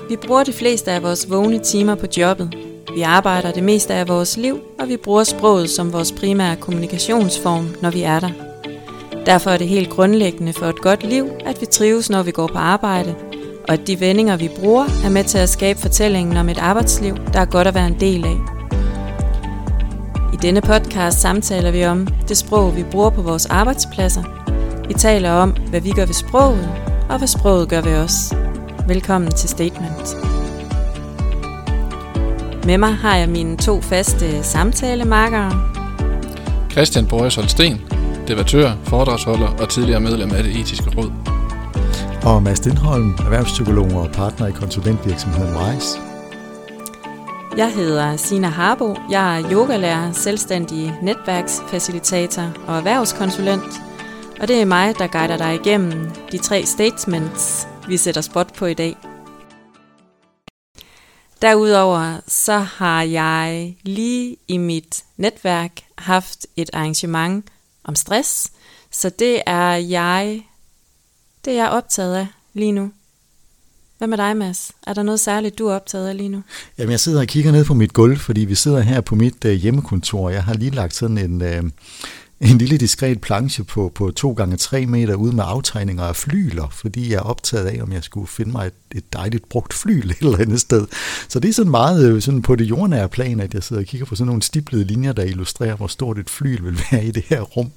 Vi bruger de fleste af vores vågne timer på jobbet. Vi arbejder det meste af vores liv, og vi bruger sproget som vores primære kommunikationsform, når vi er der. Derfor er det helt grundlæggende for et godt liv, at vi trives, når vi går på arbejde, og at de vendinger, vi bruger, er med til at skabe fortællingen om et arbejdsliv, der er godt at være en del af. I denne podcast samtaler vi om det sprog, vi bruger på vores arbejdspladser. Vi taler om, hvad vi gør ved sproget, og hvad sproget gør ved os. Velkommen til Statement. Med mig har jeg mine to faste samtalemarkere. Christian Boris Holsten, debattør, foredragsholder og tidligere medlem af Det Etiske Råd. Og Mads Lindholm, erhvervspsykolog og partner i konsulentvirksomheden RISE. Jeg hedder Sina Harbo. Jeg er yogalærer, selvstændig netværksfacilitator og erhvervskonsulent. Og det er mig, der guider dig igennem de 3 statements, vi sætter spot på i dag. Derudover så har jeg lige i mit netværk haft et arrangement om stress, så det er jeg optaget af lige nu. Hvad med dig, Mads? Er der noget særligt, du er optaget af lige nu? Jamen, jeg sidder og kigger ned på mit gulv, fordi vi sidder her på mit hjemmekontor. Jeg har lige lagt sådan en lille diskret planche på 2x3 meter ude med aftegninger af flyler, fordi jeg er optaget af, om jeg skulle finde mig et dejligt brugt flyl et eller andet sted. Så det er sådan meget sådan på det jordnære plan, at jeg sidder og kigger på sådan nogle stiplede linjer, der illustrerer, hvor stort et flyl vil være i det her rum.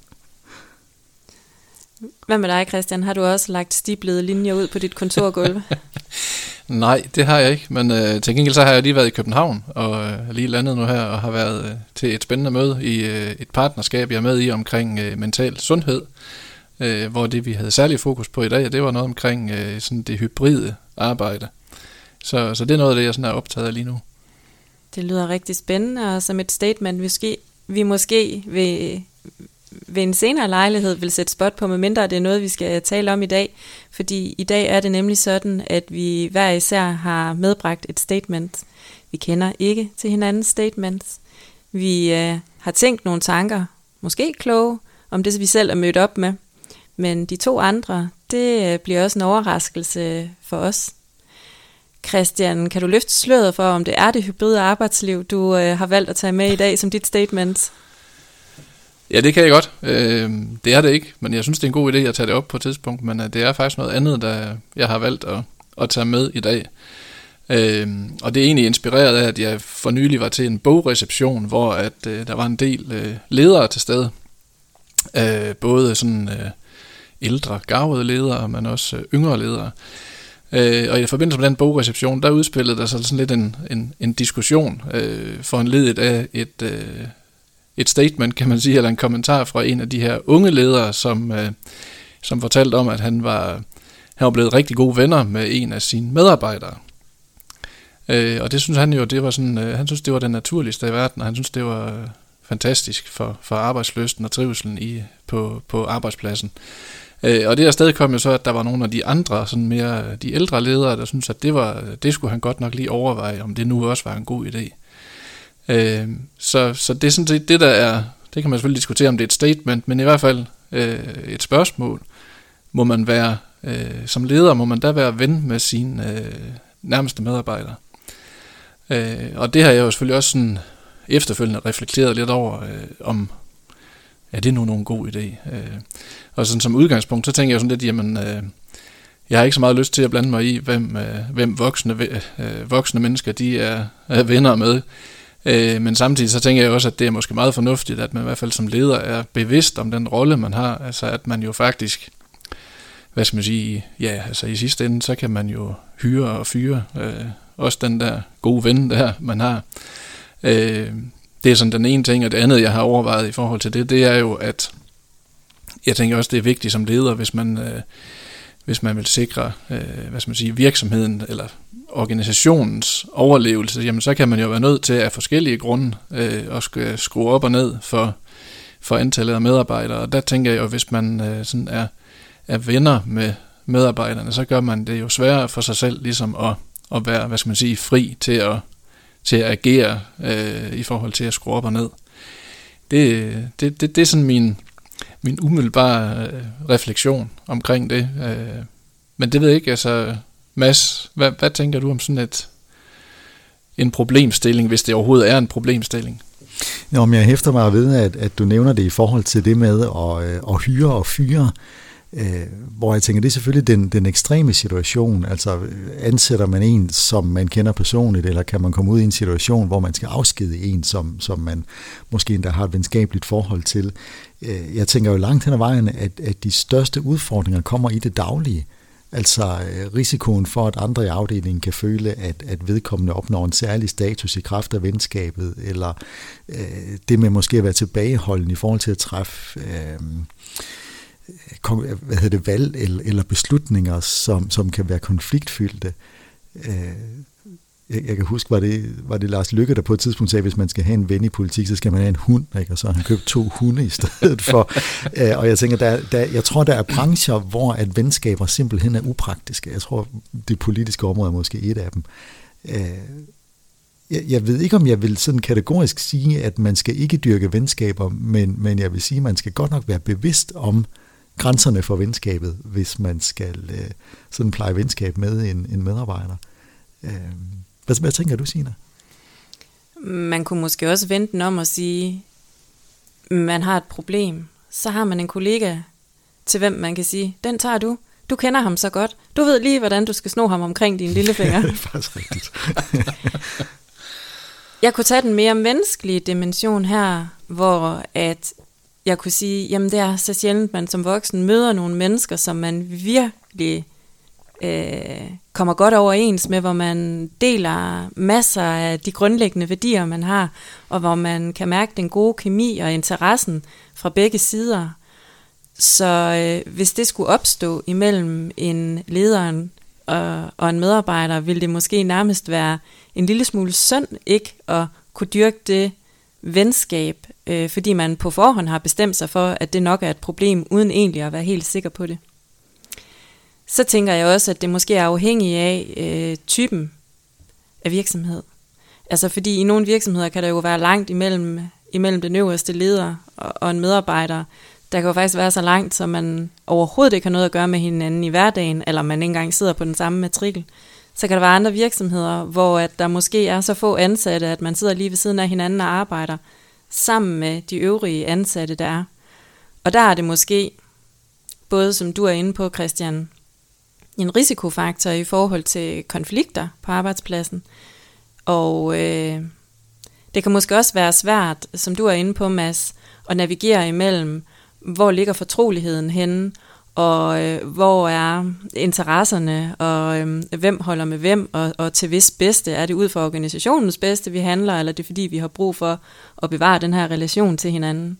Hvad med dig, Christian? Har du også lagt stiplede linjer ud på dit kontorgulv? Nej, det har jeg ikke, men til gengæld så har jeg lige været i København, og lige landet nu her, og har været til et spændende møde i et partnerskab, jeg er med i omkring mental sundhed, hvor det vi havde særlig fokus på i dag, det var noget omkring sådan det hybride arbejde. Så det er noget af det, jeg sådan er optaget af lige nu. Det lyder rigtig spændende, og som et statement, vi måske ved en senere lejlighed vil sætte spot på, medmindre det er noget, vi skal tale om i dag. Fordi i dag er det nemlig sådan, at vi hver især har medbragt et statement. Vi kender ikke til hinandens statements. Vi har tænkt nogle tanker, måske kloge, om det vi selv er mødt op med. Men de 2 andre, det bliver også en overraskelse for os. Christian, kan du løfte sløret for, om det er det hybride arbejdsliv, du har valgt at tage med i dag som dit statement? Ja, det kan jeg godt. Det er det ikke, men jeg synes, det er en god idé at tage det op på et tidspunkt, men det er faktisk noget andet, der jeg har valgt at tage med i dag. Og det er egentlig inspireret af, at jeg for nylig var til en bogreception, hvor at der var en del ledere til stede. Både sådan ældre, garvede ledere, men også yngre ledere. Og i forbindelse med den bogreception, der udspillede der så sådan lidt en diskussion foranlediget af et statement, kan man sige, eller en kommentar fra en af de her unge ledere, som fortalte om, at han var blevet rigtig gode venner med en af sine medarbejdere. Og det synes han jo, det var sådan, han synes, det var det naturligste i verden, og han synes, det var fantastisk for arbejdslysten og trivselen på arbejdspladsen. Og det afsted kom jo så, at der var nogle af de andre, sådan mere de ældre ledere, der synes, at det skulle han godt nok lige overveje, om det nu også var en god idé. Så det er sådan set det, der er, det kan man selvfølgelig diskutere, om det er et statement, men i hvert fald et spørgsmål. Må man være, som leder, må man da være ven med sine nærmeste medarbejdere? Og det har jeg jo selvfølgelig også sådan efterfølgende reflekteret lidt over, om er det nu nogen god idé? Og sådan som udgangspunkt, så tænker jeg jo sådan lidt, jamen, jeg har ikke så meget lyst til at blande mig i, hvem voksne mennesker de er venner med. Men samtidig så tænker jeg også, at det er måske meget fornuftigt, at man i hvert fald som leder er bevidst om den rolle, man har. Altså at man jo faktisk, hvad skal man sige, ja, altså i sidste ende, så kan man jo hyre og fyre også den der gode ven, der man har. Det er sådan den ene ting, og det andet, jeg har overvejet i forhold til det er jo, at jeg tænker også, det er vigtigt som leder, hvis man vil sikre, hvad skal man sige, virksomheden eller organisationens overlevelse, jamen så kan man jo være nødt til af forskellige grunde at skrue op og ned for antallet af medarbejdere. Og der tænker jeg jo, hvis man sådan er venner med medarbejderne, så gør man det jo sværere for sig selv ligesom at være, hvad skal man sige, fri til at agere i forhold til at skrue op og ned. Det er sådan min umiddelbare refleksion omkring det. Men det ved jeg ikke, altså Mads, hvad tænker du om sådan en problemstilling, hvis det overhovedet er en problemstilling? Nå, men jeg hæfter mig ved, at du nævner det i forhold til det med at hyre og fyre, hvor jeg tænker, det er selvfølgelig den ekstreme situation. Altså ansætter man en, som man kender personligt, eller kan man komme ud i en situation, hvor man skal afskedige en, som man måske endda har et venskabeligt forhold til. Jeg tænker jo langt hen ad vejen, at de største udfordringer kommer i det daglige. Altså risikoen for, at andre i afdelingen kan føle, at vedkommende opnår en særlig status i kraft af venskabet, eller det med måske at være tilbageholdende i forhold til at træffe valg eller beslutninger, som kan være konfliktfyldte. Jeg kan huske, var det Lars Løkke, der på et tidspunkt sagde, at hvis man skal have en ven i politik, så skal man have en hund, ikke? Og så har han købt 2 hunde i stedet for. Og jeg tænker, jeg tror, der er brancher, hvor at venskaber simpelthen er upraktiske. Jeg tror, det politiske område er måske et af dem. Jeg ved ikke, om jeg vil sådan kategorisk sige, at man skal ikke dyrke venskaber, men jeg vil sige, at man skal godt nok være bevidst om grænserne for venskabet, hvis man skal sådan pleje venskab med en medarbejder. Hvad tænker du, Sina? Man kunne måske også vente den om og sige, man har et problem. Så har man en kollega, til hvem man kan sige, den tager du. Du kender ham så godt. Du ved lige, hvordan du skal sno ham omkring dine lillefinger. Det er faktisk rigtigt. Jeg kunne tage den mere menneskelige dimension her, hvor at jeg kunne sige, jamen det er så sjældent, man som voksen møder nogle mennesker, som man virkelig kommer godt overens med, hvor man deler masser af de grundlæggende værdier, man har, og hvor man kan mærke den gode kemi og interessen fra begge sider. Så hvis det skulle opstå imellem en leder og en medarbejder, ville det måske nærmest være en lille smule synd ikke at kunne dyrke det venskab, fordi man på forhånd har bestemt sig for, at det nok er et problem, uden egentlig at være helt sikker på det. Så tænker jeg også, at det måske er afhængigt af typen af virksomhed. Altså fordi i nogle virksomheder kan der jo være langt imellem den øverste leder og en medarbejder. Der kan jo faktisk være så langt, så man overhovedet ikke har noget at gøre med hinanden i hverdagen, eller man ikke engang sidder på den samme matrikel. Så kan der være andre virksomheder, hvor at der måske er så få ansatte, at man sidder lige ved siden af hinanden og arbejder sammen med de øvrige ansatte, der er. Og der er det måske, både som du er inde på, Christian, en risikofaktor i forhold til konflikter på arbejdspladsen. Og det kan måske også være svært, som du er inde på, Mads, at navigere imellem, hvor ligger fortroligheden henne, og hvor er interesserne, og hvem holder med hvem, og til hvis bedste. Er det ud fra organisationens bedste, vi handler, eller er det fordi, vi har brug for at bevare den her relation til hinanden?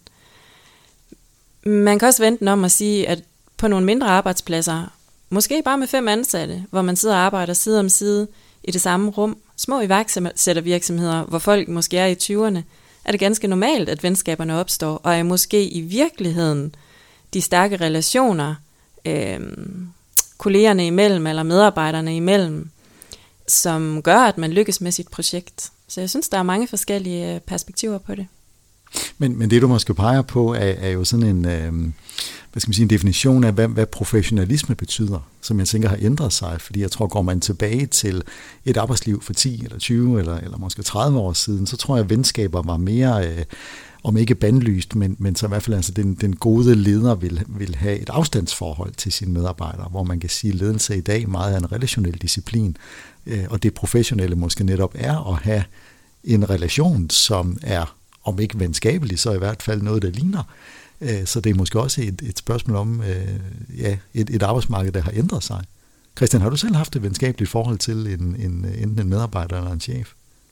Man kan også vente den om at sige, at på nogle mindre arbejdspladser, måske bare med 5 ansatte, hvor man sidder og arbejder side om side i det samme rum, små iværksættervirksomheder, hvor folk måske er i 20'erne, er det ganske normalt, at venskaberne opstår, og er måske i virkeligheden de stærke relationer, kollegerne imellem, eller medarbejderne imellem, som gør, at man lykkes med sit projekt. Så jeg synes, der er mange forskellige perspektiver på det. Men det, du måske peger på, er jo sådan en definition af, hvad professionalisme betyder, som jeg tænker har ændret sig. Fordi jeg tror, går man tilbage til et arbejdsliv for 10 eller 20 eller måske 30 år siden, så tror jeg, at venskaber var mere, om ikke bandlyst, men så i hvert fald altså den gode leder vil have et afstandsforhold til sine medarbejdere, hvor man kan sige, at ledelse i dag meget er en relationel disciplin, og det professionelle måske netop er at have en relation, som er, om ikke venskabelig, så i hvert fald noget, der ligner. Så det er måske også et spørgsmål om et arbejdsmarked, der har ændret sig. Christian, har du selv haft et venskabeligt forhold til enten en medarbejder eller en chef?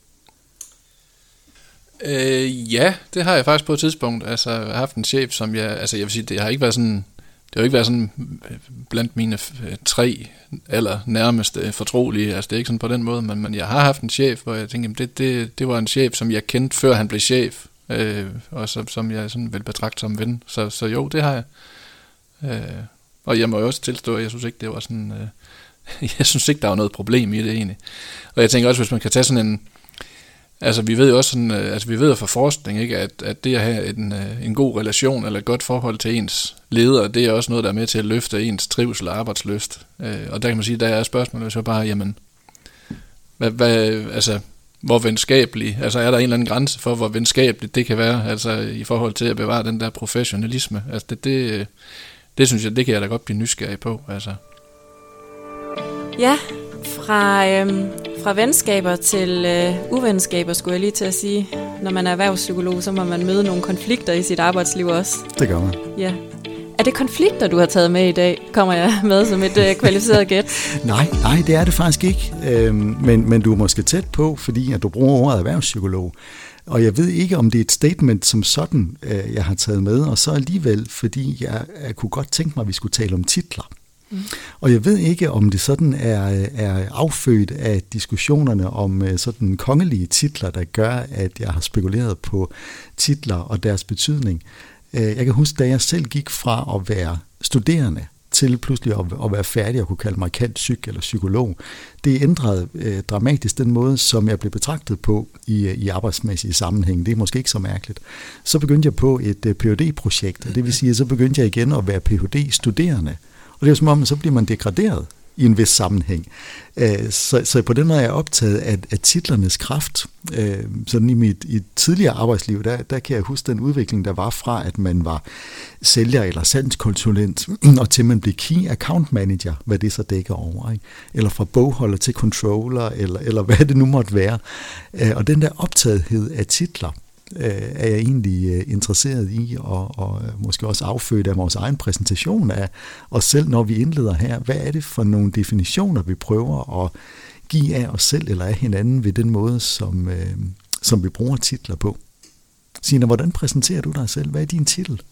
Ja, det har jeg faktisk på et tidspunkt. Altså, jeg har haft en chef, som jeg vil sige, det har ikke været sådan blandt mine 3 eller nærmeste fortrolige. Altså, det er ikke sådan på den måde, men jeg har haft en chef, hvor jeg tænkte, det var en chef, som jeg kendte, før han blev chef, og som jeg sådan vil betragte som ven. Så jo, det har jeg. Og jeg må jo også tilstå, at jeg synes ikke, det var sådan... jeg synes ikke, der var noget problem i det egentlig. Og jeg tænker også, hvis man kan tage sådan Altså vi ved jo også sådan, vi ved fra forskning, ikke, at det at have en god relation eller et godt forhold til ens leder, det er også noget, der er med til at løfte ens trivsel og arbejdslyst. Og der kan man sige, der er spørgsmålet så bare, jamen, hvor venskabelig, altså er der en eller anden grænse for, hvor venskabeligt det kan være, altså i forhold til at bevare den der professionalisme. Altså det synes jeg, det kan jeg da godt blive nysgerrig på, altså. Ja, fra venskaber til uvenskaber, skulle jeg lige til at sige. Når man er erhvervspsykolog, så må man møde nogle konflikter i sit arbejdsliv også. Det gør man. Ja. Er det konflikter, du har taget med i dag? Kommer jeg med som et kvalificeret gæt? Nej, det er det faktisk ikke. Men du er måske tæt på, fordi at du bruger ordet erhvervspsykolog. Og jeg ved ikke, om det er et statement som sådan, jeg har taget med. Og så alligevel, fordi jeg kunne godt tænke mig, at vi skulle tale om titler. Og jeg ved ikke, om det sådan er affødt af diskussionerne om sådan kongelige titler, der gør, at jeg har spekuleret på titler og deres betydning. Jeg kan huske, da jeg selv gik fra at være studerende til pludselig at være færdig og kunne kalde mig cand.psych eller psykolog. Det ændrede dramatisk den måde, som jeg blev betragtet på i arbejdsmæssige sammenhæng. Det er måske ikke så mærkeligt. Så begyndte jeg på et Ph.D.-projekt, og det vil sige, at så begyndte jeg igen at være Ph.D.-studerende. Og det er jo som om, så bliver man degraderet i en vis sammenhæng. Så på den måde er jeg optaget af titlernes kraft. Sådan i mit tidligere arbejdsliv, der kan jeg huske den udvikling, der var fra, at man var sælger eller salgskonsulent, og til man blev key account manager, hvad det så dækker over. Ikke? Eller fra bogholder til controller, eller hvad det nu måtte være. Og den der optagethed af titler, er jeg egentlig interesseret i, og måske også affødt af vores egen præsentation af os selv, når vi indleder her. Hvad er det for nogle definitioner, vi prøver at give af os selv eller af hinanden ved den måde, som vi bruger titler på? Signe, hvordan præsenterer du dig selv? Hvad er din titel?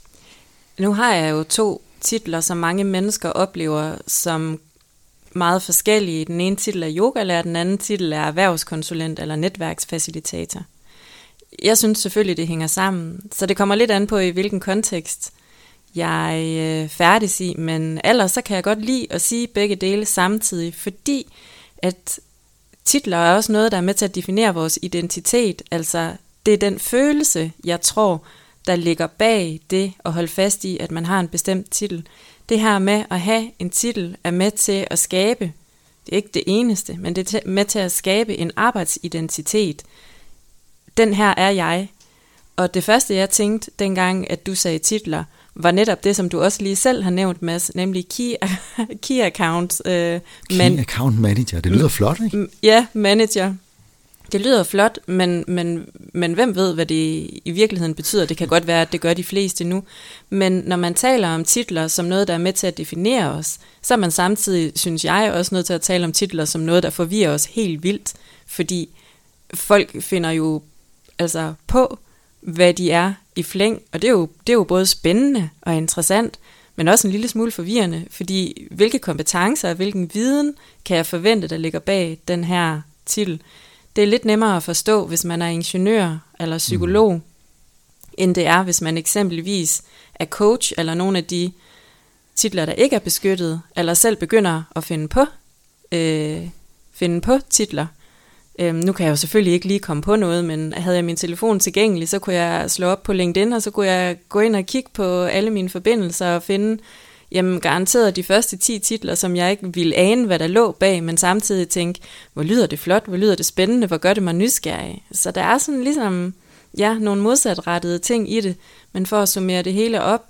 Nu har jeg jo 2 titler, som mange mennesker oplever som meget forskellige. Den ene titel er yogalærer, den anden titel er erhvervskonsulent eller netværksfacilitator. Jeg synes selvfølgelig, det hænger sammen, så det kommer lidt an på, i hvilken kontekst jeg færdes i, men ellers så kan jeg godt lide at sige begge dele samtidig, fordi at titler er også noget, der er med til at definere vores identitet, altså det er den følelse, jeg tror, der ligger bag det at holde fast i, at man har en bestemt titel. Det her med at have en titel er med til at skabe, det er ikke det eneste, men det er med til at skabe en arbejdsidentitet. Den her er jeg. Og det første, jeg tænkte, dengang, at du sagde titler, var netop det, som du også lige selv har nævnt, Mads, nemlig key account. Key account manager, det lyder flot, ikke? Ja, manager. Det lyder flot, men hvem ved, hvad det i virkeligheden betyder? Det kan godt være, at det gør de fleste nu. Men når man taler om titler som noget, der er med til at definere os, så er man samtidig, synes jeg, også nødt til at tale om titler som noget, der forvirrer os helt vildt. Fordi folk finder jo altså på, hvad de er i flæng, og det er jo både spændende og interessant, men også en lille smule forvirrende, fordi hvilke kompetencer og hvilken viden kan jeg forvente, der ligger bag den her titel. Det er lidt nemmere at forstå, hvis man er ingeniør eller psykolog, end det er, hvis man eksempelvis er coach, eller nogle af de titler, der ikke er beskyttet, eller selv begynder at finde på titler. Nu kan jeg jo selvfølgelig ikke lige komme på noget, men havde jeg min telefon tilgængelig, så kunne jeg slå op på LinkedIn, og så kunne jeg gå ind og kigge på alle mine forbindelser og finde, garanteret de første 10 titler, som jeg ikke ville ane, hvad der lå bag, men samtidig tænke, hvor lyder det flot, hvor lyder det spændende, hvor gør det mig nysgerrig. Så der er sådan ligesom, nogle modsatrettede ting i det, men for at summere det hele op,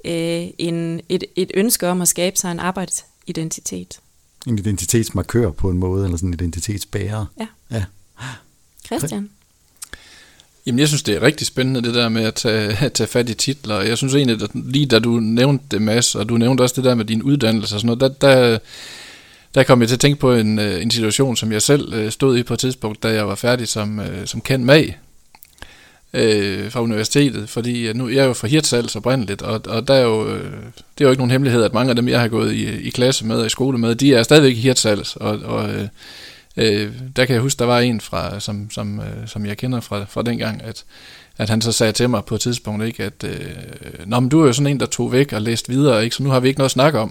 et ønske om at skabe sig en arbejdsidentitet. En identitetsmarkør på en måde, eller sådan en identitetsbærer. Ja. Christian? Jamen, jeg synes, det er rigtig spændende, det der med at tage fat i titler. Jeg synes egentlig, at lige da du nævnte det, Mads, og du nævnte også det der med din uddannelse og sådan noget, der kom jeg til at tænke på en situation, som jeg selv stod i på et tidspunkt, da jeg var færdig som cand.mag fra universitetet, fordi nu jeg er jo fra Hirtshals oprindeligt, og der er jo, det er jo ikke nogen hemmelighed, at mange af dem, jeg har gået i klasse med og i skole med, de er stadigvæk i Hirtshals, og der kan jeg huske, der var en fra, som jeg kender fra dengang, at han så sagde til mig på et tidspunkt, ikke, at men du er jo sådan en, der tog væk og læste videre, ikke, så nu har vi ikke noget at snakke om.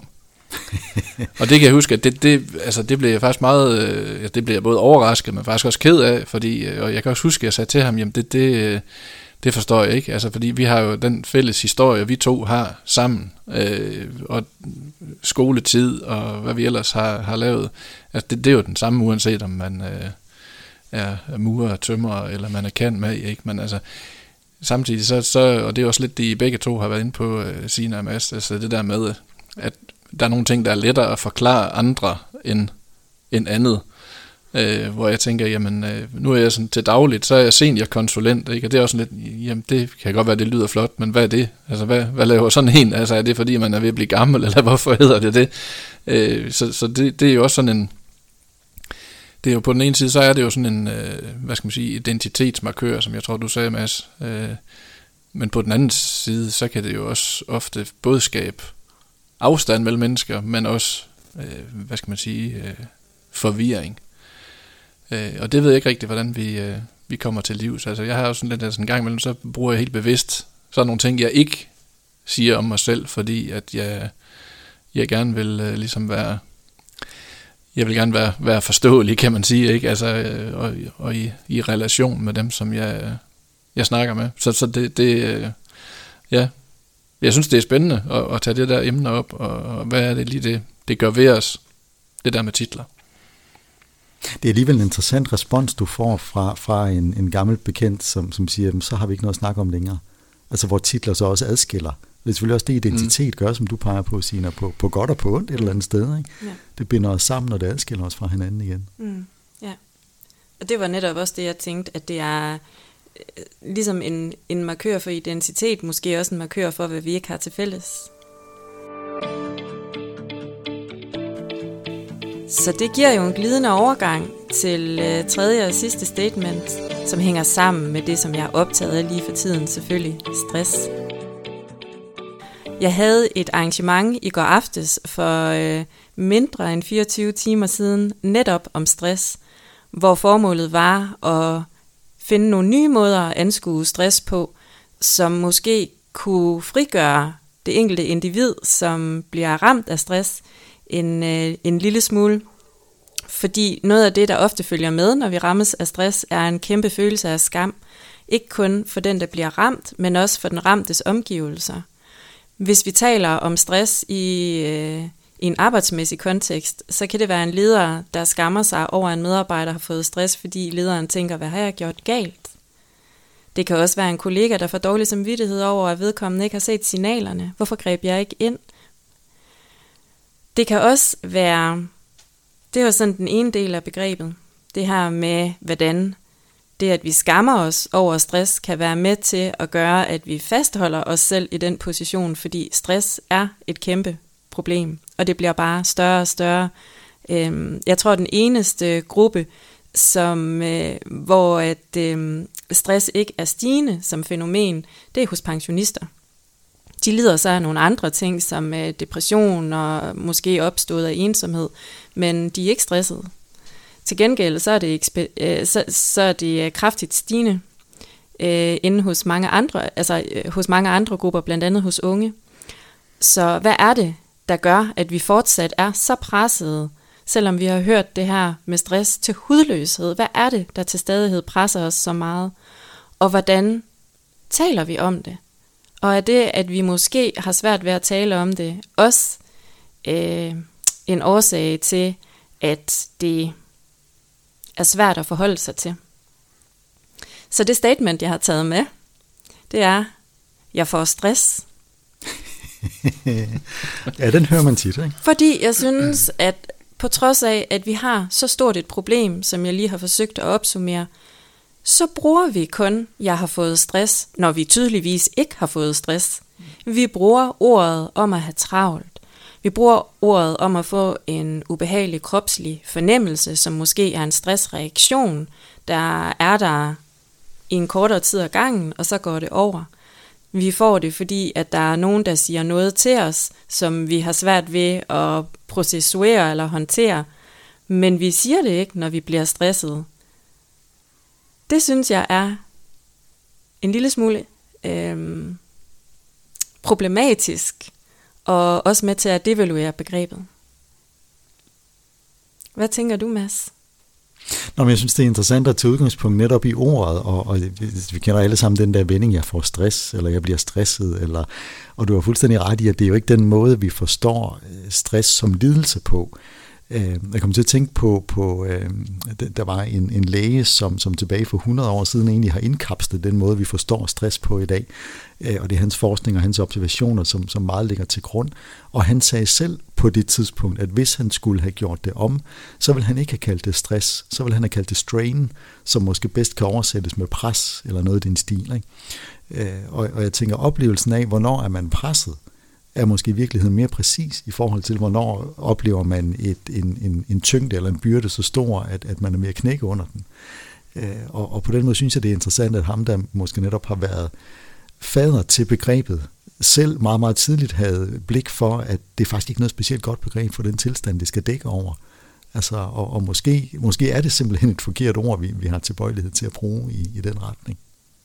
Og det kan jeg huske, at det blev jeg faktisk meget, det blev jeg både overrasket, men faktisk også ked af, fordi, og jeg kan også huske, at jeg sagde til ham, jamen det forstår jeg ikke, altså fordi vi har jo den fælles historie, vi to har sammen, og skoletid, og hvad vi ellers har lavet, altså det er jo den samme, uanset om man er murer, tømrer, eller man er kendt med, ikke, men altså, samtidig så, og det er også lidt det, I begge to har været inde på, Signe og Mads, altså det der med, at der er nogle ting, der er lettere at forklare andre end andet. Hvor jeg tænker, jamen, nu er jeg sådan til dagligt, så er jeg seniorkonsulent, ikke? Og det er også lidt, jamen, det kan godt være, det lyder flot, men hvad er det? Altså, hvad laver sådan en? Altså, er det fordi, man er ved at blive gammel, eller hvorfor hedder det? Så det er jo også sådan en, det er jo på den ene side, så er det jo sådan en, hvad skal man sige, identitetsmarkør, som jeg tror, du sagde, Mads. Men på den anden side, så kan det jo også ofte både skabe afstand mellem mennesker, men også, hvad skal man sige, forvirring. Og det ved jeg ikke rigtigt, hvordan vi kommer til livs. Altså, jeg har jo sådan lidt sådan en gang imellem, så bruger jeg helt bevidst sådan nogle ting, jeg ikke siger om mig selv, fordi at jeg gerne vil ligesom være, jeg vil gerne være forståelig, kan man sige, ikke? Altså, og i relation med dem, som jeg snakker med. Så det ja, jeg synes, det er spændende at tage det der emne op, og hvad er det lige det gør ved os, det der med titler. Det er alligevel en interessant respons, du får fra en gammel bekendt, som siger, så har vi ikke noget at snakke om længere. Altså hvor titler så også adskiller. Det er selvfølgelig også det, identitet gør, som du peger på, Signe, på godt og på ondt et eller andet sted. Ikke? Ja. Det binder os sammen, og det adskiller os fra hinanden igen. Ja, og det var netop også det, jeg tænkte, at det er ligesom en markør for identitet, måske også en markør for, hvad vi ikke har til fælles. Så det giver jo en glidende overgang til tredje og sidste statement, som hænger sammen med det, som jeg er optaget af lige for tiden, selvfølgelig stress. Jeg havde et arrangement i går aftes for mindre end 24 timer siden, netop om stress, hvor formålet var at finde nogle nye måder at anskue stress på, som måske kunne frigøre det enkelte individ, som bliver ramt af stress, en lille smule. Fordi noget af det, der ofte følger med, når vi rammes af stress, er en kæmpe følelse af skam. Ikke kun for den, der bliver ramt, men også for den ramtes omgivelser. Hvis vi taler om stress i en arbejdsmæssig kontekst, så kan det være en leder, der skammer sig over, at en medarbejder har fået stress, fordi lederen tænker, hvad har jeg gjort galt? Det kan også være en kollega, der får dårlig samvittighed over, at vedkommende ikke har set signalerne. Hvorfor greb jeg ikke ind? Det kan også være, det er jo sådan den ene del af begrebet, det her med, hvordan det, at vi skammer os over stress, kan være med til at gøre, at vi fastholder os selv i den position, fordi stress er et kæmpe problem, og det bliver bare større og større. Jeg tror, den eneste gruppe, hvor stress ikke er stigende som fænomen, det er hos pensionister. De lider så af nogle andre ting, som depression og måske opstået af ensomhed, men de er ikke stressede. Til gengæld så er det kraftigt stigende inde hos mange andre, hos mange andre grupper, blandt andet hos unge. Så hvad er det, der gør, at vi fortsat er så pressede, selvom vi har hørt det her med stress til hudløshed? Hvad er det, der til stadighed presser os så meget? Og hvordan taler vi om det? Og er det, at vi måske har svært ved at tale om det, også en årsag til, at det er svært at forholde sig til? Så det statement, jeg har taget med, det er, jeg får stress. Ja, den hører man tit, ikke? Fordi jeg synes, at på trods af, at vi har så stort et problem, som jeg lige har forsøgt at opsummere, så bruger vi kun, jeg har fået stress, når vi tydeligvis ikke har fået stress. Vi bruger ordet om at have travlt. Vi bruger ordet om at få en ubehagelig kropslig fornemmelse, som måske er en stressreaktion, der er der i en kortere tid ad gangen, og så går det over. Vi får det, fordi at der er nogen, der siger noget til os, som vi har svært ved at processuere eller håndtere, men vi siger det ikke, når vi bliver stresset. Det synes jeg er en lille smule problematisk og også med til at devaluere begrebet. Hvad tænker du, Mads? Nå, men jeg synes, det er interessant at tage udgangspunkt netop i ordet, og vi kender alle sammen den der vending, jeg får stress, eller jeg bliver stresset, og du har fuldstændig ret i, at det er jo ikke den måde, vi forstår stress som lidelse på. Jeg kom til at tænke på der var en læge, som tilbage for 100 år siden egentlig har indkapslet den måde, vi forstår stress på i dag. Og det er hans forskning og hans observationer, som meget ligger til grund. Og han sagde selv på det tidspunkt, at hvis han skulle have gjort det om, så ville han ikke have kaldt det stress, så ville han have kaldt det strain, som måske bedst kan oversættes med pres eller noget i den stil. Ikke? Og jeg tænker, oplevelsen af, hvornår er man presset, er måske i virkeligheden mere præcis i forhold til, hvornår oplever man en tyngde eller en byrde så stor, at man er mere knække under den. Og på den måde synes jeg, det er interessant, at ham, der måske netop har været fader til begrebet, selv meget, meget tidligt havde blik for, at det er faktisk ikke noget specielt godt begreb for den tilstand, det skal dække over. Altså, og måske er det simpelthen et forkert ord, vi har tilbøjelighed til at bruge i den retning.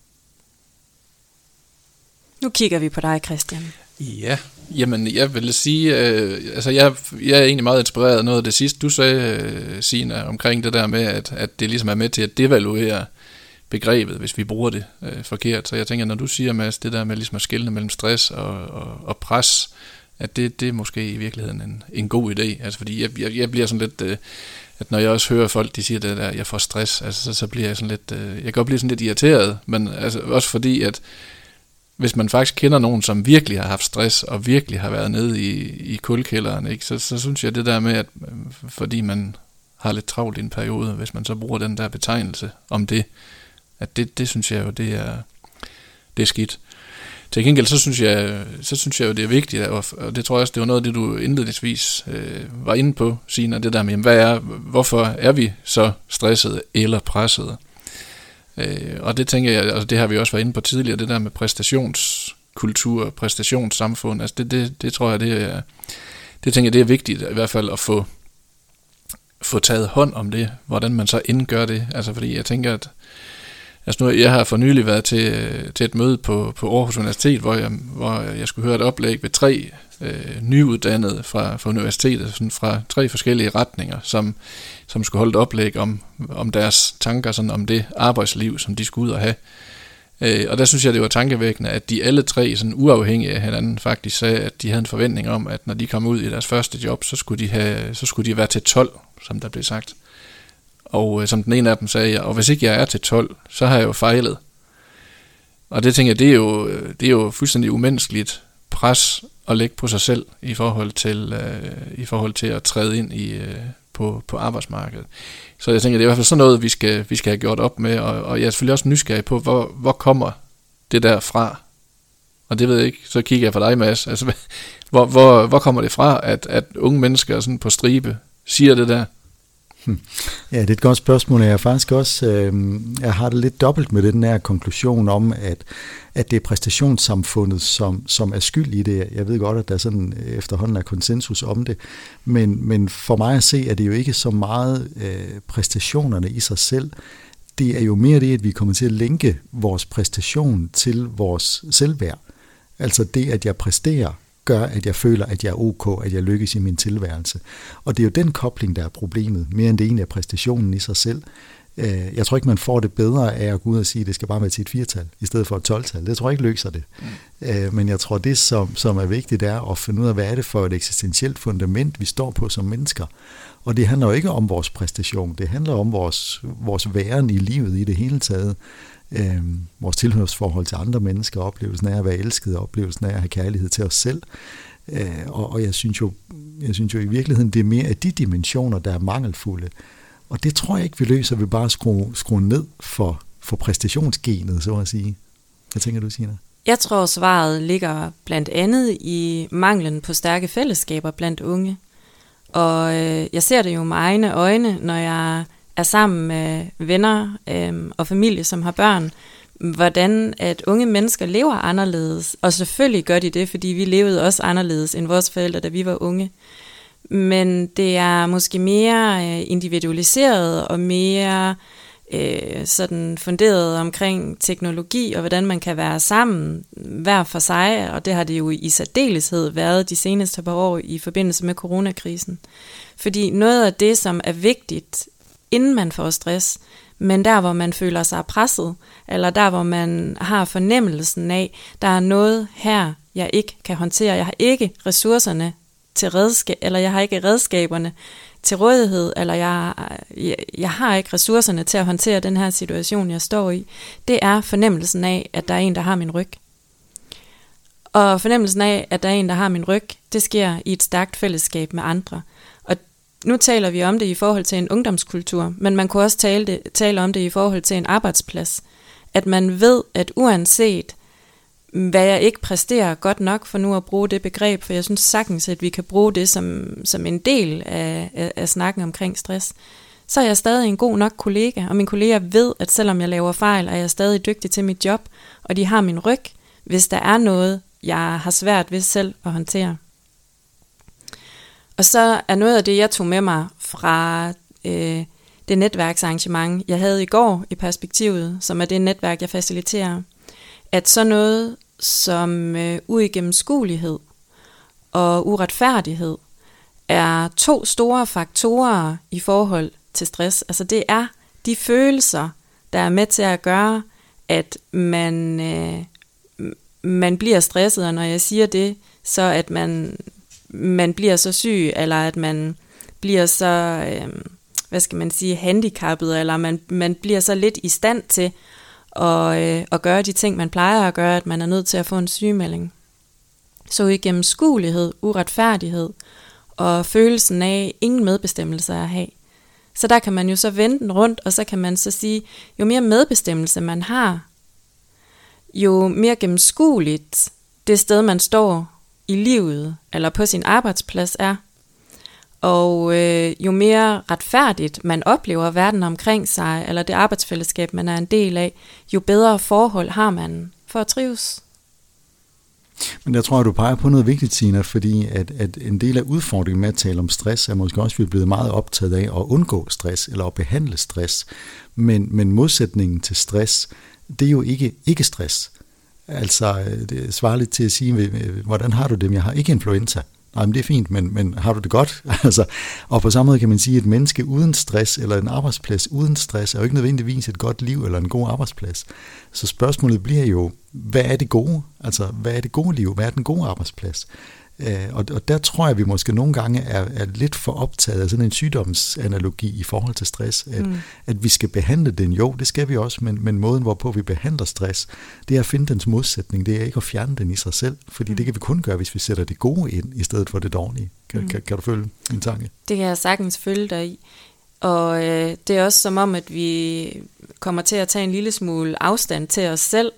Nu kigger vi på dig, Christian. Ja, jamen jeg vil sige, jeg er egentlig meget inspireret af noget af det sidste, du sagde, Signe, omkring det der med, at det ligesom er med til at devaluere begrebet, hvis vi bruger det forkert. Så jeg tænker, når du siger, Mads, det der med ligesom at skelne mellem stress og pres, at det er måske i virkeligheden en god idé. Altså fordi jeg bliver sådan lidt, at når jeg også hører folk, de siger det der, jeg får stress, altså så bliver jeg sådan lidt, jeg kan godt blive sådan lidt irriteret, men altså også fordi, at hvis man faktisk kender nogen, som virkelig har haft stress, og virkelig har været nede i kulkælderen, ikke, så synes jeg det der med, at fordi man har lidt travlt i en periode, hvis man så bruger den der betegnelse om det, at det synes jeg jo, det er skidt. Til gengæld, så synes jeg jo, det er vigtigt, og det tror jeg også, det var noget af det, du indledningsvis var inde på, Signe, det der med, hvorfor er vi så stressede eller pressede? Og det tænker jeg, altså det har vi også været inde på tidligere, det der med præstationskultur, præstationssamfund, altså det tror jeg, det tænker jeg, det er vigtigt i hvert fald at få taget hånd om det, hvordan man så indgør det, altså fordi jeg tænker, at altså nu, jeg har for nylig været til et møde på Aarhus Universitet, hvor jeg skulle høre et oplæg ved 3 nyuddannede fra universitetet, sådan fra 3 forskellige retninger, som skulle holde et oplæg om deres tanker, sådan om det arbejdsliv, som de skulle ud og have. Og der synes jeg, det var tankevækkende, at de alle 3 sådan uafhængige af hinanden faktisk sagde, at de havde en forventning om, at når de kom ud i deres første job, så skulle de være til 12, som der blev sagt. Og som den ene af dem sagde, og hvis ikke jeg er til 12, så har jeg jo fejlet. Og det tænker jeg, det er jo fuldstændig umenneskeligt pres at lægge på sig selv i forhold til at træde ind på arbejdsmarkedet. Så jeg tænker, det er i hvert fald sådan noget, vi skal have gjort op med, og jeg er selvfølgelig også nysgerrig på, hvor kommer det der fra? Og det ved jeg ikke, så kigger jeg på dig, Mads. Altså, hvor kommer det fra, at unge mennesker sådan på stribe siger det der? Ja, det er et godt spørgsmål. Jeg faktisk også, jeg har det lidt dobbelt med den her konklusion om, at det er præstationssamfundet, som er skyld i det. Jeg ved godt, at der sådan efterhånden er konsensus om det, men for mig at se, er det jo ikke så meget præstationerne i sig selv. Det er jo mere det, at vi kommer til at linke vores præstation til vores selvværd. Altså det, at jeg præsterer, gør, at jeg føler, at jeg er ok, at jeg lykkes i min tilværelse. Og det er jo den kobling, der er problemet, mere end det egentlig er præstationen i sig selv. Jeg tror ikke, man får det bedre af at gå ud og sige, at det skal bare være til et 4-tal, i stedet for et 12-tal. Det tror jeg ikke løser det. Men jeg tror, det som er vigtigt, er at finde ud af, hvad er det for et eksistentielt fundament, vi står på som mennesker. Og det handler jo ikke om vores præstation, det handler om vores væren i livet i det hele taget. Vores tilhørsforhold til andre mennesker, oplevelsen af at være elsket, oplevelsen af at have kærlighed til os selv. Og jeg synes jo i virkeligheden, det er mere af de dimensioner, der er mangelfulde. Og det tror jeg ikke, vi løser ved bare at skrue ned for præstationsgenet, så at sige. Hvad tænker du, Signe? Jeg tror, svaret ligger blandt andet i manglen på stærke fællesskaber blandt unge. Og jeg ser det jo med egne øjne, når jeg er sammen med venner og familie, som har børn, hvordan at unge mennesker lever anderledes. Og selvfølgelig gør de det, fordi vi levede også anderledes end vores forældre, da vi var unge. Men det er måske mere individualiseret og mere sådan funderet omkring teknologi og hvordan man kan være sammen hver for sig, og det har det jo i særdeleshed været de seneste par år i forbindelse med coronakrisen. Fordi noget af det, som er vigtigt, inden man får stress, men der hvor man føler sig presset, eller der hvor man har fornemmelsen af, der er noget her, jeg ikke kan håndtere, jeg har ikke ressourcerne til eller jeg har ikke redskaberne til rådighed, eller jeg har ikke ressourcerne til at håndtere den her situation, jeg står i, det er fornemmelsen af, at der er en, der har min ryg. Og fornemmelsen af, at der er en, der har min ryg, det sker i et stærkt fællesskab med andre. Og nu taler vi om det i forhold til en ungdomskultur, men man kunne også tale om det i forhold til en arbejdsplads. At man ved, at uanset hvad jeg ikke præsterer godt nok for nu at bruge det begreb, for jeg synes sagtens, at vi kan bruge det som en del af snakken omkring stress, så er jeg stadig en god nok kollega, og mine kolleger ved, at selvom jeg laver fejl, er jeg stadig dygtig til mit job, og de har min ryg, hvis der er noget, jeg har svært ved selv at håndtere. Og så er noget af det, jeg tog med mig fra det netværksarrangement, jeg havde i går i Perspektivet, som er det netværk, jeg faciliterer, at så noget som uigennemskuelighed og uretfærdighed er 2 store faktorer i forhold til stress. Altså det er de følelser, der er med til at gøre, at man bliver stresset, og når jeg siger det, så at man bliver så syg, eller at man bliver så, handicappet, eller man bliver så lidt i stand til at gøre de ting, man plejer at gøre, at man er nødt til at få en sygemelding. Så uigennemskuelighed, uretfærdighed og følelsen af ingen medbestemmelse at have. Så der kan man jo så vende den rundt, og så kan man så sige, jo mere medbestemmelse man har, jo mere gennemskueligt det sted, man står i livet eller på sin arbejdsplads er. Og jo mere retfærdigt man oplever verden omkring sig, eller det arbejdsfællesskab, man er en del af, jo bedre forhold har man for at trives. Men jeg tror, du peger på noget vigtigt, Tina, fordi at en del af udfordringen med at tale om stress, er måske også, vi er blevet meget optaget af at undgå stress, eller at behandle stress. Men modsætningen til stress, det er jo ikke stress. Altså, det svarer lidt til at sige, hvordan har du det? Jeg har ikke influenza. Nej, men det er fint, men har du det godt? Altså, og på samme måde kan man sige, at et menneske uden stress, eller en arbejdsplads uden stress, er jo ikke nødvendigvis et godt liv, eller en god arbejdsplads. Så spørgsmålet bliver jo, hvad er det gode? Altså, hvad er det gode liv? Hvad er den gode arbejdsplads? Og der tror jeg, at vi måske nogle gange er lidt for optaget af sådan en sygdomsanalogi i forhold til stress, at vi skal behandle den. Jo, det skal vi også, men måden, hvorpå vi behandler stress, det er at finde dens modsætning. Det er ikke at fjerne den i sig selv, fordi det kan vi kun gøre, hvis vi sætter det gode ind, i stedet for det dårlige. Kan du følge min tanke? Det kan jeg sagtens følge dig i. Og det er også som om, at vi kommer til at tage en lille smule afstand til os selv,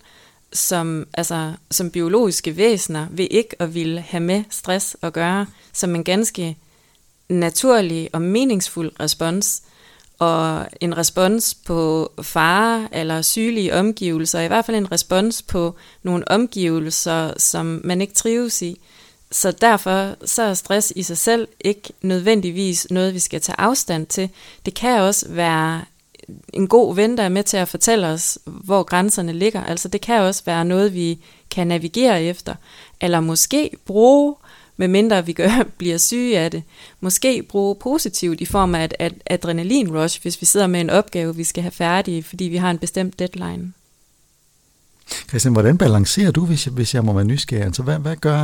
som biologiske væsener, ved ikke at ville have med stress at gøre, som en ganske naturlig og meningsfuld respons, og en respons på fare eller sygelige omgivelser, i hvert fald en respons på nogle omgivelser, som man ikke trives i. Så derfor så er stress i sig selv ikke nødvendigvis noget, vi skal tage afstand til. Det kan også være en god ven, der er med til at fortælle os, hvor grænserne ligger. Altså det kan også være noget, vi kan navigere efter, eller måske bruge, medmindre vi bliver syge af det, måske bruge positivt i form af et adrenalin-rush, hvis vi sidder med en opgave, vi skal have færdig, fordi vi har en bestemt deadline. Christian, hvordan balancerer du, hvis jeg må være nysgerrig? Altså, hvad gør,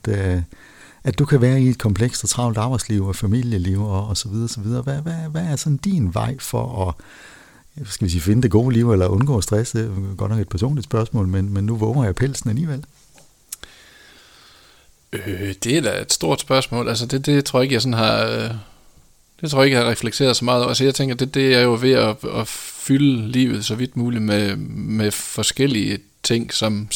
at du kan være i et komplekst og travlt arbejdsliv og familieliv og så videre, så videre? Hvad er sådan din vej for at finde det gode liv eller undgå stress? Det er godt nok et personligt spørgsmål, men nu våger jeg pelsen alligevel. Det er da et stort spørgsmål. Altså det tror jeg ikke, jeg sådan har... Det tror jeg ikke, jeg har reflekteret så meget over. Altså jeg tænker, det er jo ved at fylde livet så vidt muligt med forskellige ting,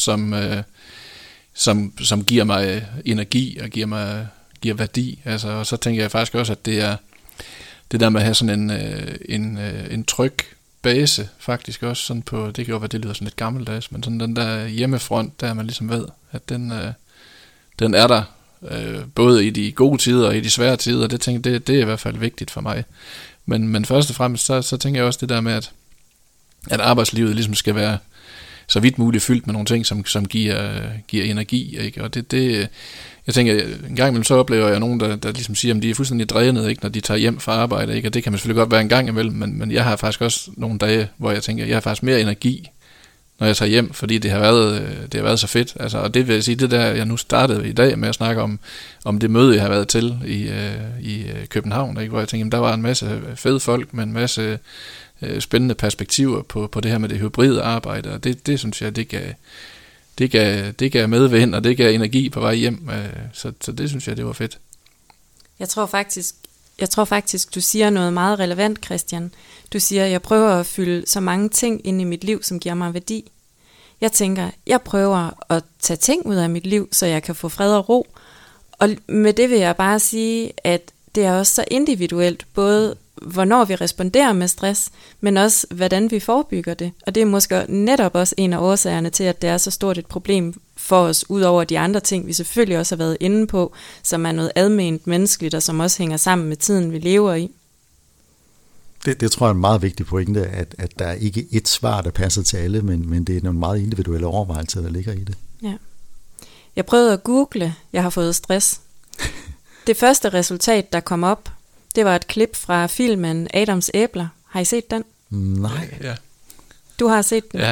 som giver mig energi og giver værdi. Altså, og så tænker jeg faktisk også, at det er det der med at have sådan en tryg base, faktisk også sådan på, det kan jo være, det lyder sådan lidt gammeldags, men sådan den der hjemmefront, der man ligesom ved, at den er der, både i de gode tider og i de svære tider. Det er i hvert fald vigtigt for mig. Men først og fremmest, så tænker jeg også det der med, arbejdslivet ligesom skal være så vidt muligt fyldt med nogle ting, som giver energi, ikke? Og det jeg tænker, en gang imellem så oplever jeg nogen, der ligesom siger, at de er fuldstændig drænet, ikke, når de tager hjem fra arbejde, ikke? Og det kan man selvfølgelig godt være en gang imellem, men jeg har faktisk også nogle dage, hvor jeg tænker, jeg har faktisk mere energi, når jeg tager hjem, fordi det har været så fedt. Altså, og det vil sige, det der, jeg nu startede i dag med at snakke om det møde, jeg har været til i København, ikke? Hvor jeg tænker, jamen, der var en masse fede folk med en masse spændende perspektiver på det her med det hybride arbejde, og det synes jeg, det gav medvind, og det gav energi på vej hjem, så det synes jeg, det var fedt. Jeg tror faktisk, du siger noget meget relevant, Christian. Du siger, jeg prøver at fylde så mange ting ind i mit liv, som giver mig værdi. Jeg tænker, jeg prøver at tage ting ud af mit liv, så jeg kan få fred og ro. Og med det vil jeg bare sige, at det er også så individuelt, både hvornår vi responderer med stress, men også hvordan vi forebygger det. Og det er måske netop også en af årsagerne til, at det er så stort et problem for os, ud over de andre ting, vi selvfølgelig også har været inde på, som er noget alment menneskeligt, og som også hænger sammen med tiden, vi lever i. Det tror jeg er en meget vigtig pointe, at der er ikke et svar, der passer til alle, men det er nogle meget individuelle overvejelser, der ligger i det. Ja. Jeg prøvede at google, jeg har fået stress. Det første resultat, der kom op, det var et klip fra filmen Adams æbler. Har I set den? Nej. Ja. Du har set den? Ja.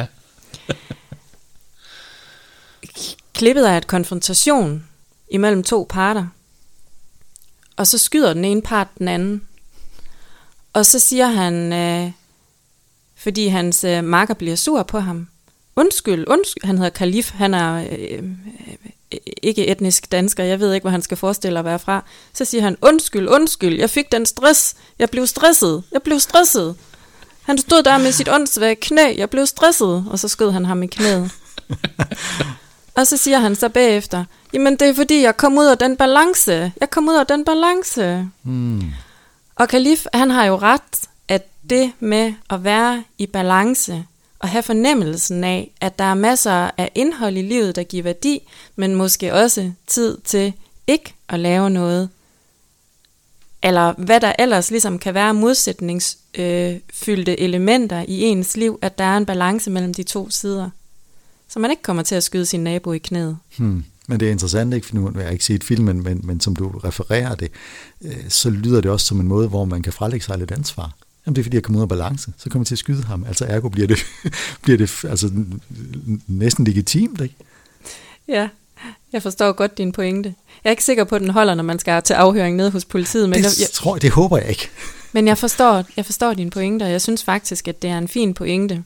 Klippet er et konfrontation imellem to parter. Og så skyder den ene part den anden. Og så siger han, fordi hans makker bliver sur på ham, undskyld, han hedder Khalif, han er ikke etnisk dansker, jeg ved ikke, hvor han skal forestille at være fra. Så siger han, undskyld, jeg fik den stress, jeg blev stresset. Han stod der med sit åndssvage knæ, jeg blev stresset, og så skød han ham i knæet. Og så siger han så bagefter, jamen det er fordi, jeg kom ud af den balance. Og Khalif, han har jo ret, at det med at være i balance, og have fornemmelsen af, at der er masser af indhold i livet, der giver værdi, men måske også tid til ikke at lave noget. Eller hvad der ellers ligesom kan være modsætningsfyldte elementer i ens liv, at der er en balance mellem de to sider. Så man ikke kommer til at skyde sin nabo i knæet. Men det er interessant, ikke? For nu har jeg ikke set filmen, men som du refererer det, så lyder det også som en måde, hvor man kan frelægge sig lidt ansvar. Jamen det er fordi, jeg kommer ud af balance, så kommer jeg til at skyde ham. Altså ergo bliver det altså næsten legitimt, ikke? Ja, jeg forstår godt din pointe. Jeg er ikke sikker på, at den holder, når man skal til afhøring nede hos politiet. Men det håber jeg ikke. Men jeg forstår din pointe, og jeg synes faktisk, at det er en fin pointe,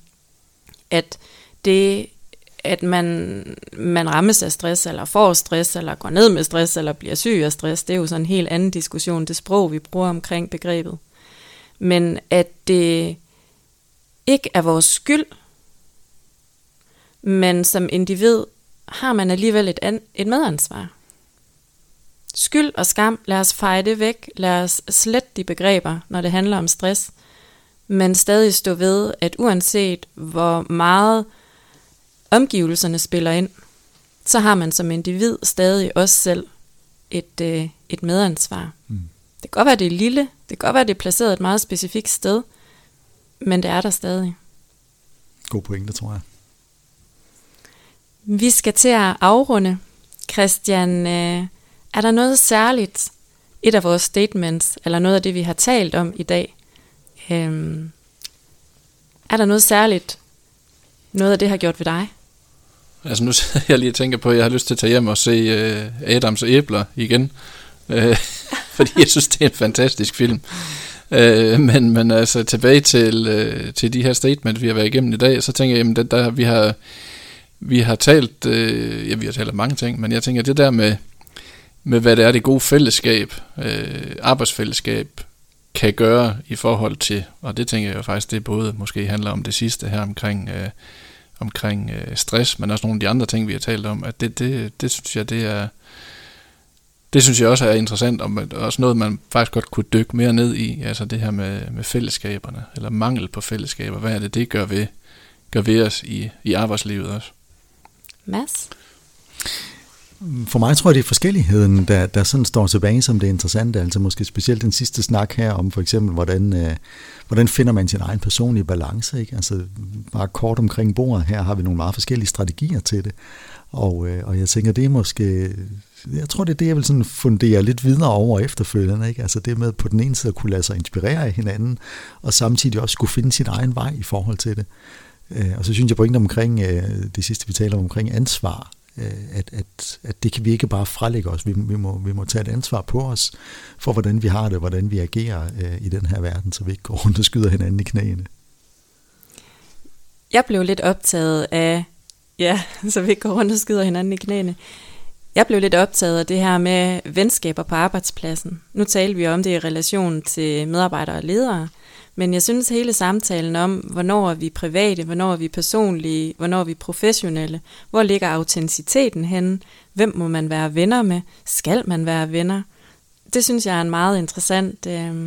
at man rammes af stress, eller får stress, eller går ned med stress, eller bliver syg af stress. Det er jo sådan en helt anden diskussion, det sprog, vi bruger omkring begrebet. Men at det ikke er vores skyld, men som individ har man alligevel et medansvar. Skyld og skam, lad os feje det væk, lad os slette de begreber, når det handler om stress, men stadig stå ved, at uanset hvor meget omgivelserne spiller ind, så har man som individ stadig også selv et medansvar. Det kan godt være, det er lille, det kan godt være, det er placeret et meget specifikt sted, men det er der stadig. God pointe, tror jeg. Vi skal til at afrunde. Christian, er der noget særligt, et af vores statements, eller noget af det, vi har talt om i dag, er der noget særligt, noget af det har gjort ved dig? Altså nu sidder jeg lige og tænker på, at jeg har lyst til at tage hjem og se Adams æbler igen, fordi jeg synes, det er en fantastisk film. Men altså tilbage til de her statements, vi har været igennem i dag, så tænker jeg, jamen vi har talt, vi har talt om mange ting, men jeg tænker, det der med hvad det er, det gode fællesskab, arbejdsfællesskab, kan gøre i forhold til, og det tænker jeg jo faktisk, det både måske handler om det sidste her omkring stress, men også nogle af de andre ting, vi har talt om, at det synes jeg, det synes jeg også er interessant, og også noget, man faktisk godt kunne dykke mere ned i, altså det her med fællesskaberne, eller mangel på fællesskaber. Hvad er det gør ved os i arbejdslivet også? Mads? For mig tror jeg, det er forskelligheden, der sådan står tilbage som det interessante. Altså måske specielt den sidste snak her om for eksempel, hvordan finder man sin egen personlige balance. Ikke? Altså bare kort omkring bordet her har vi nogle meget forskellige strategier til det. Og jeg tænker, det er måske... Jeg tror, det er det, jeg vil sådan fundere lidt videre over efterfølgende. Ikke? Altså det med på den ene side at kunne lade sig inspirere af hinanden, og samtidig også skulle finde sin egen vej i forhold til det. Og så synes jeg pointen omkring det sidste, vi taler omkring ansvar, at det kan vi ikke bare frelægge os. Vi må tage et ansvar på os for, hvordan vi har det, hvordan vi agerer i den her verden, så vi ikke går rundt og skyder hinanden i knæene. Jeg blev lidt optaget af, så vi ikke går rundt og skyder hinanden i knæene. Jeg blev lidt optaget af det her med venskaber på arbejdspladsen. Nu taler vi om det i relation til medarbejdere og ledere, men jeg synes hele samtalen om, hvornår er vi private, hvornår er vi personlige, hvornår er vi professionelle, hvor ligger autenticiteten henne, hvem må man være venner med, skal man være venner, det synes jeg er en meget interessant,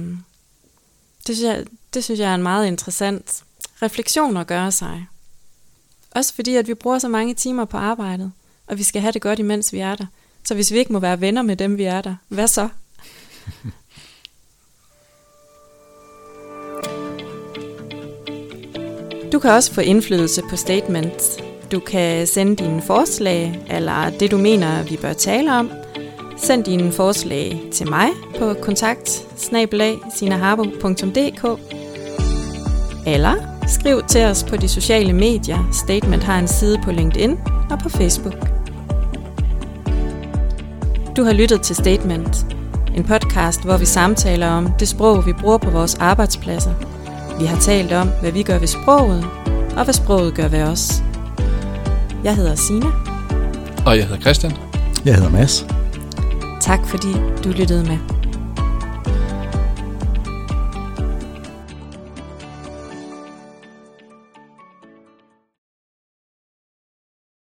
det synes jeg er en meget interessant refleksion at gøre sig. Også fordi, at vi bruger så mange timer på arbejdet, og vi skal have det godt, imens vi er der. Så hvis vi ikke må være venner med dem, vi er der, hvad så? Du kan også få indflydelse på Statement. Du kan sende dine forslag, eller det du mener, vi bør tale om. Send dine forslag til mig på kontakt@sinaharbo.dk eller skriv til os på de sociale medier. Statement har en side på LinkedIn og på Facebook. Du har lyttet til Statement, en podcast, hvor vi samtaler om det sprog, vi bruger på vores arbejdspladser. Vi har talt om, hvad vi gør ved sproget, og hvad sproget gør ved os. Jeg hedder Sina. Og jeg hedder Christian. Jeg hedder Mads. Tak fordi du lyttede med.